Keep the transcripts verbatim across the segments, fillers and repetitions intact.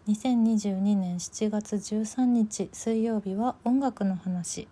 にせんにじゅうにねんしちがつじゅうさんにち水曜日は音楽の話。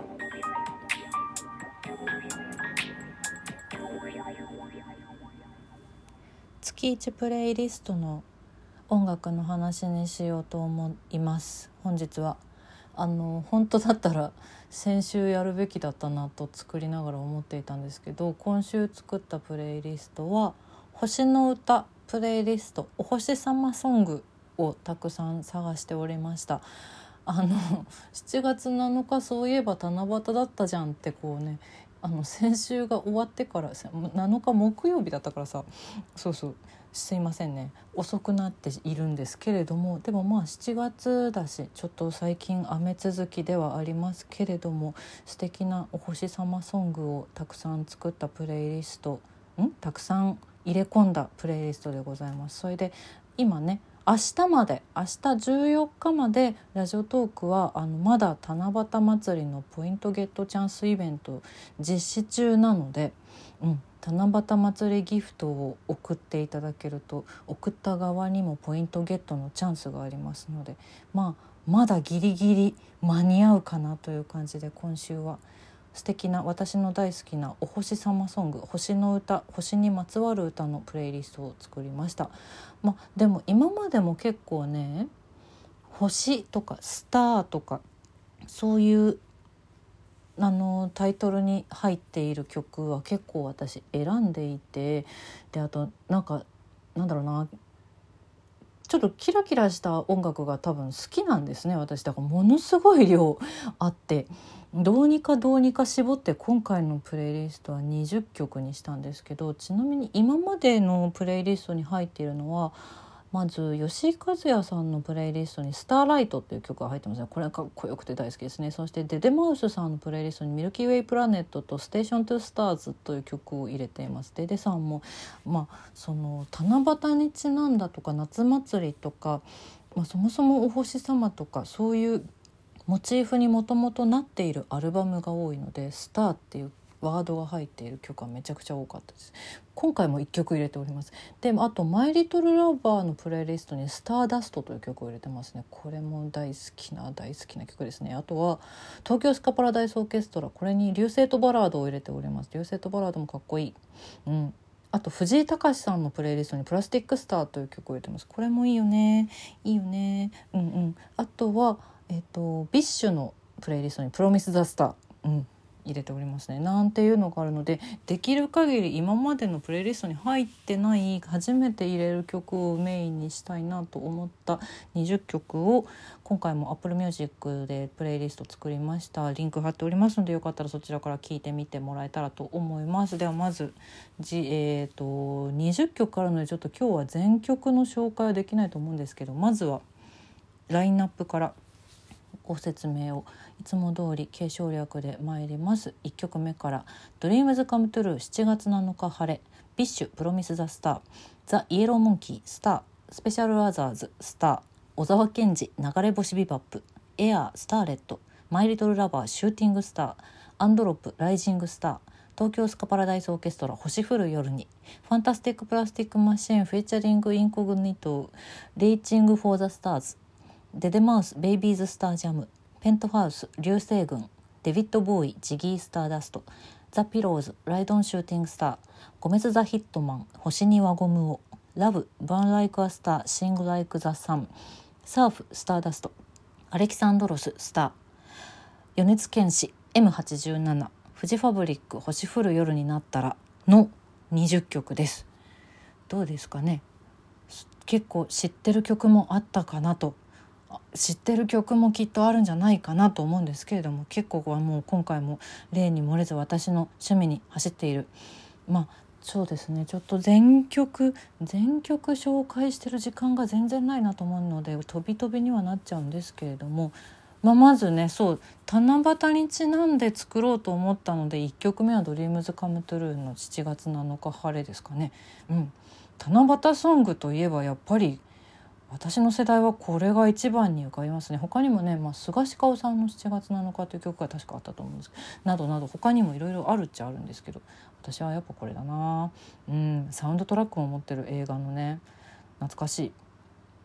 月いちプレイリストの音楽の話にしようと思います。本日はあの本当だったら先週やるべきだったなと作りながら思っていたんですけど、今週作ったプレイリストは星の歌プレイリスト、お星様ソングをたくさん探しておりました。あのしちがつなのかそういえば七夕だったじゃんってこうね、あの先週が終わってからなのか木曜日だったからさ、そうそうすいませんね、遅くなっているんですけれども、でもまあしちがつだしちょっと最近雨続きではありますけれども、素敵なお星様ソングをたくさん作ったプレイリストんたくさん入れ込んだプレイリストでございます。それで今ね、明日まで明日じゅうよっかまでラジオトークはあのまだ七夕祭りのポイントゲットチャンスイベント実施中なので、うん、七夕祭りギフトを送っていただけると送った側にもポイントゲットのチャンスがありますので、まあまだギリギリ間に合うかなという感じで、今週は素敵な私の大好きなお星様ソング、星の歌、星にまつわる歌のプレイリストを作りました。まあ、でも今までも結構ね、星とかスターとかそういうあのタイトルに入っている曲は結構私選んでいて、であとなんかなんだろうな、ちょっとキラキラした音楽が多分好きなんですね、私。だからものすごい量あって、どうにかどうにか絞って今回のプレイリストはにじゅっきょくにしたんですけど、ちなみに今までのプレイリストに入っているのは、まず吉井和也さんのプレイリストにスターライトっていう曲が入ってますね。これかっこよくて大好きですね。そしてデデマウスさんのプレイリストにミルキーウェイプラネットとステーショントゥスターズという曲を入れています。デデさんも、まあ、その七夕にちなんだとか夏祭りとか、まあ、そもそもお星様とかそういうモチーフにもともとなっているアルバムが多いので、スターっていうワードが入っている曲はめちゃくちゃ多かったです。今回もいっきょく入れております。でもあとマイリトルラバーのプレイリストにスターダストという曲を入れてますね。これも大好きな大好きな曲ですね。あとは東京スカパラダイスオーケストラ、これに流星とバラードを入れております。流星とバラードもかっこいい。うん。あと藤井隆さんのプレイリストにプラスティックスターという曲を入れてます。これもいいよね、いいよね。うんうん。あとはえっとビッシュのプレイリストにプロミスザスター、うん入れておりますね。なんていうのがあるので、できる限り今までのプレイリストに入ってない初めて入れる曲をメインにしたいなと思ったにじゅっきょくを今回も Apple Music でプレイリスト作りました。リンク貼っておりますので、よかったらそちらから聞いてみてもらえたらと思います。ではまずじ、えー、とにじゅっきょくあるのでちょっと今日は全曲の紹介はできないと思うんですけど、まずはラインナップからご説明をいつも通り継承略で参ります。いっきょくめから Dreams Come True しちがつなのか晴れ、ビッシュプロミスザスター、ザ・イエローモンキースター、スペシャルアザーズスター、小沢健二流れ星ビバップ、エアースターレット、マイリトルラバーシューティングスター、アンドロップライジングスター、東京スカパラダイスオーケストラ星降る夜に、ファンタスティックプラスティックマシーンフィーチャリングインコグニトリーチングフォーザスターズ、デデマウスベイビーズスタージャム、ペントハウス流星群、デビッド・ボーイジギースターダスト、ザ・ピローズライドンシューティングスター、ゴメズ・ザ・ヒットマン星に輪ゴムを、ラブバーン・ライク・ア・スターシング・ライク・ザ・サン、サーフスターダスト、アレキサンドロススター、米津玄師 エムはちじゅうなな、 フジファブリック星降る夜になったらのにじゅっきょくです。どうですかね。結構知ってる曲もあったかなと、知ってる曲もきっとあるんじゃないかなと思うんですけれども、結構はもう今回も例に漏れず私の趣味に走っている、まあそうですね、ちょっと全曲全曲紹介してる時間が全然ないなと思うので飛び飛びにはなっちゃうんですけれども、まあ、まずね、そう七夕にちなんで作ろうと思ったのでいっきょくめはドリームズカムトゥルーのしちがつなのか晴れですかね。うん、七夕ソングといえばやっぱり私の世代はこれが一番に浮かびますね。他にもね、まあ、菅氏香さんのしちがつなのかという曲が確かあったと思うんですけど、などなど他にもいろいろあるっちゃあるんですけど、私はやっぱこれだな。うん、サウンドトラックも持ってる映画のね、懐かしい。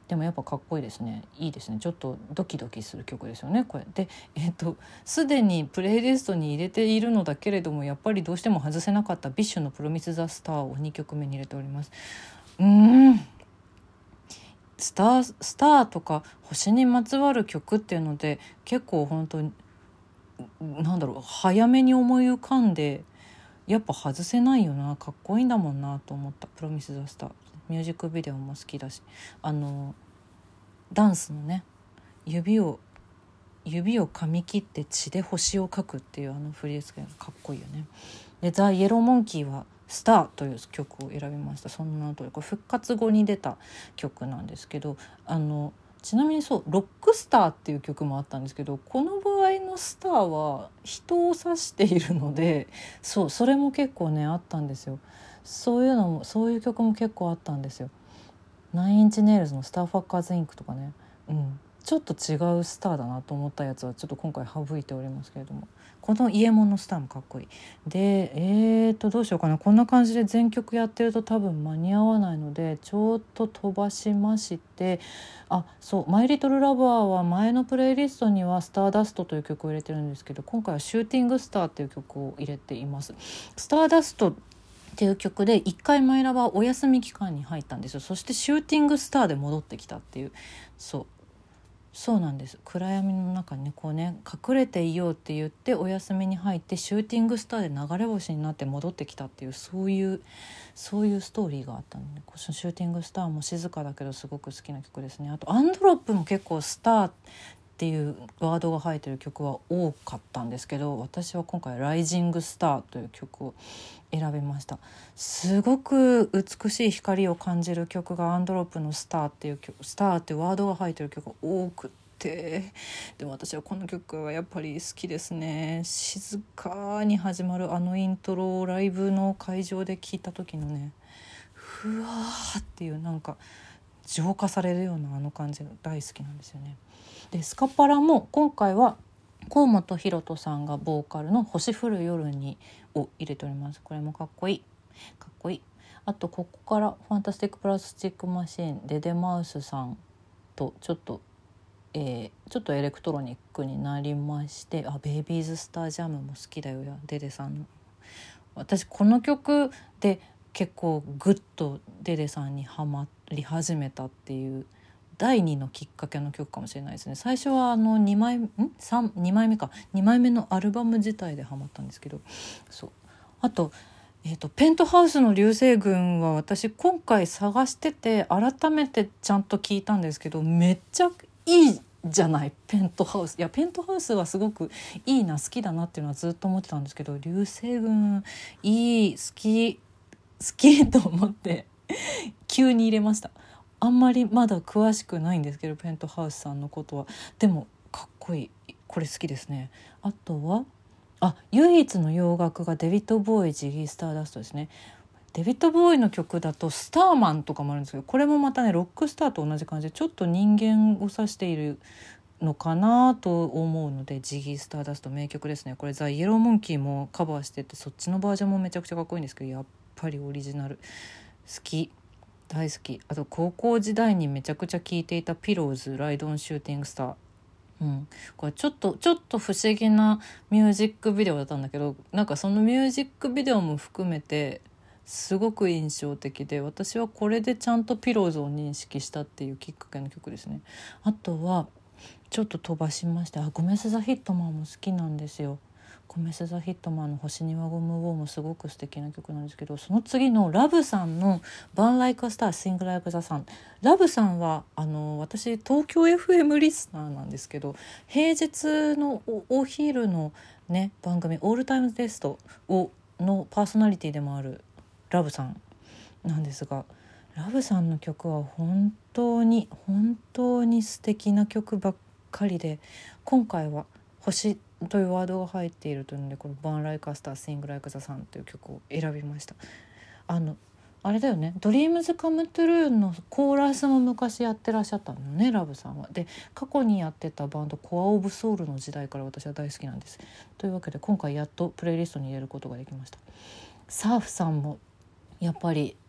でもやっぱかっこいいですね。いいですね。ちょっとドキドキする曲ですよねこれで。えっとすでにプレイリストに入れているのだけれども、やっぱりどうしても外せなかったビッシュのプロミス・ザ・スターをにきょくめに入れております。うーんスタースターとか星にまつわる曲っていうので結構本当になんだろう、早めに思い浮かんで、やっぱ外せないよな、かっこいいんだもんなと思った。プロミス・ザ・スターミュージックビデオも好きだし、あのダンスのね、指を指を噛み切って血で星を描くっていうあの振り付けがかっこいいよね。でザ・イエローモンキーはスターという曲を選びました。そんな通りこれ復活後に出た曲なんですけど、あのちなみにそうロックスターっていう曲もあったんですけど、この場合のスターは人を指しているので、そうそれも結構ねあったんですよ。そういうのもそういう曲も結構あったんですよ。ナインインチネイルズのスターファッカーズインクとかね、うん、ちょっと違うスターだなと思ったやつはちょっと今回省いておりますけれども、このイエモンのスターもかっこいい。でえーとどうしようかな、こんな感じで全曲やってると多分間に合わないのでちょっと飛ばしまして、あそうマイリトルラバーは前のプレイリストにはスターダストという曲を入れてるんですけど、今回はシューティングスターっていう曲を入れています。スターダストっていう曲でいっかいマイラバーお休み期間に入ったんですよ。そしてシューティングスターで戻ってきたっていう、そうそうなんです。暗闇の中にねこうね隠れていようって言ってお休みに入ってシューティングスターで流れ星になって戻ってきたっていう、そういうそういうストーリーがあったので、このシューティングスターも静かだけどすごく好きな曲ですね。あとアンドロップも結構スターっていうワードが入ってる曲は多かったんですけど、私は今回ライジングスターという曲を選びました。すごく美しい光を感じる曲がアンドロップのスターっていう曲、スターっていうワードが入ってる曲が多くて、でも私はこの曲はやっぱり好きですね。静かに始まるあのイントロをライブの会場で聴いた時のね、ふわーっていうなんか浄化されるようなあの感じが大好きなんですよね。でスカパラも今回は河本大翔さんがボーカルの星降る夜にを入れております。これもかっこいいかっこいい。あとここからファンタスティックプラスチックマシーンデデマウスさんとちょっと、えー、ちょっとエレクトロニックになりまして、あベイビーズスタージャムも好きだよやデデさんの。私この曲で結構グッとデデさんにハマり始めたっていうだいにのきっかけの曲かもしれないですね。最初はあのにまいんさんにまいめかにまいめのアルバム自体でハマったんですけど、そうあと、えーと、ペントハウスの流星群は私今回探してて改めてちゃんと聞いたんですけど、めっちゃいいじゃないペントハウス。いやペントハウスはすごくいいな好きだなっていうのはずっと思ってたんですけど、流星群いい好き好きと思って急に入れました。あんまりまだ詳しくないんですけどペントハウスさんのことは、でもかっこいい、これ好きですね。あとはあ唯一の洋楽がデビッド・ボーイジギー・スターダストですね。デビッド・ボーイの曲だとスターマンとかもあるんですけど、これもまたねロックスターと同じ感じでちょっと人間を指しているのかなと思うので、ジギー・スターダスト名曲ですね。これザ・イエローモンキーもカバーしててそっちのバージョンもめちゃくちゃかっこいいんですけど、やっぱりオリジナル好き大好き。あと高校時代にめちゃくちゃ聴いていたピローズライドオンシューティングスター、うん、これちょっとちょっと不思議なミュージックビデオだったんだけど、なんかそのミュージックビデオも含めてすごく印象的で、私はこれでちゃんとピローズを認識したっていうきっかけの曲ですね。あとはちょっと飛ばしまして、あゴメス・ザ・ヒットマンも好きなんですよ。ゴメス・ザ・ヒットマンの星に輪ゴムウォーもすごく素敵な曲なんですけど、その次のラブさんのバンライクスターシングライクザさん、ラブさんはあの私東京 エフエム リスナーなんですけど、平日の お, お昼のね番組オールタイムテストをのパーソナリティでもあるラブさんなんですが、ラブさんの曲は本当に本当に素敵な曲ばっかりで、今回は星というワードが入っているというのでこのバーンライカスターシングライクザさんという曲を選びました。あのあれだよね、ドリームズカムトゥルーのコーラスも昔やってらっしゃったのねラブさんは。で過去にやってたバンドコアオブソウルの時代から私は大好きなんです。というわけで今回やっとプレイリストに入れることができました。サーフさんもやっぱり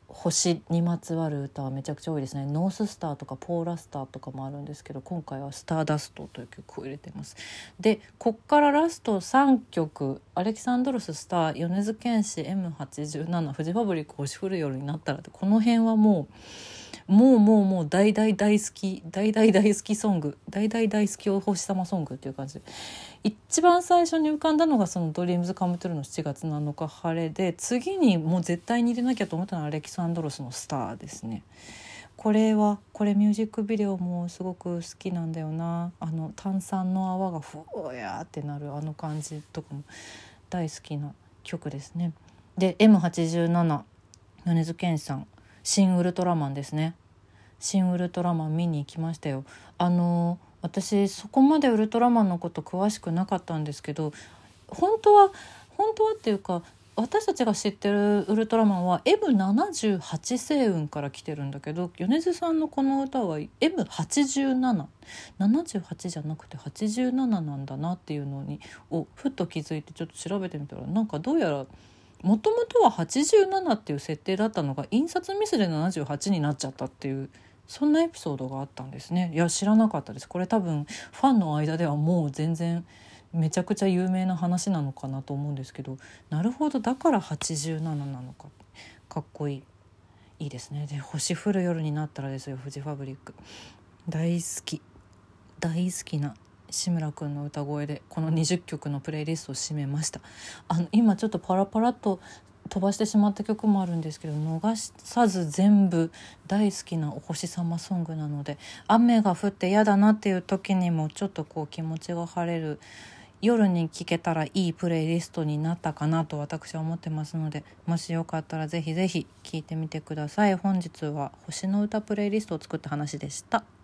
星にまつわる歌はめちゃくちゃ多いですね。ノーススターとかポーラスターとかもあるんですけど、今回はスターダストという曲を入れてます。でこっからラストさんきょく、アレキサンドロス、スター、米津玄師、 エムはちじゅうなな、フジファブリック、星降る夜になったらって、この辺はもうもうもうもう大大大好き大大大好きソング、大大大好きお星様ソングっていう感じで、一番最初に浮かんだのがそのドリームズカムトゥルーのしちがつなのか晴れで、次にもう絶対に入れなきゃと思ったのはアレキサンドロスのスターですね。これはこれミュージックビデオもすごく好きなんだよな。あの炭酸の泡がふわーってなるあの感じとかも大好きな曲ですね。で エムはちじゅうなな、 米津玄師さん、新ウルトラマンですね。新ウルトラマン見に行きましたよ。あの私そこまでウルトラマンのこと詳しくなかったんですけど、本当は本当はっていうか私たちが知ってるウルトラマンは エムななじゅうはち 星雲から来てるんだけど、米津さんのこの歌は エムはちじゅうなな、 ななじゅうはちじゃなくてはちじゅうなななんだなっていうのにをふっと気づいて、ちょっと調べてみたら、なんかどうやらもともとははちじゅうななっていう設定だったのが印刷ミスでななじゅうはちになっちゃったっていう、そんなエピソードがあったんですね。いや知らなかったです。これ多分ファンの間ではもう全然めちゃくちゃ有名な話なのかなと思うんですけど、なるほど、だからはちじゅうなななのか、かっこいい、いいですね。で星降る夜になったらですよ、フジファブリック大好き大好きな志村くんの歌声でこのにじゅっきょくのプレイリストを締めました。あの今ちょっとパラパラっと飛ばしてしまった曲もあるんですけど、逃さず全部大好きなお星様ソングなので、雨が降って嫌だなっていう時にもちょっとこう気持ちが晴れる夜に聴けたらいいプレイリストになったかなと私は思ってますので、もしよかったらぜひぜひ聴いてみてください。本日は星の歌プレイリストを作った話でした。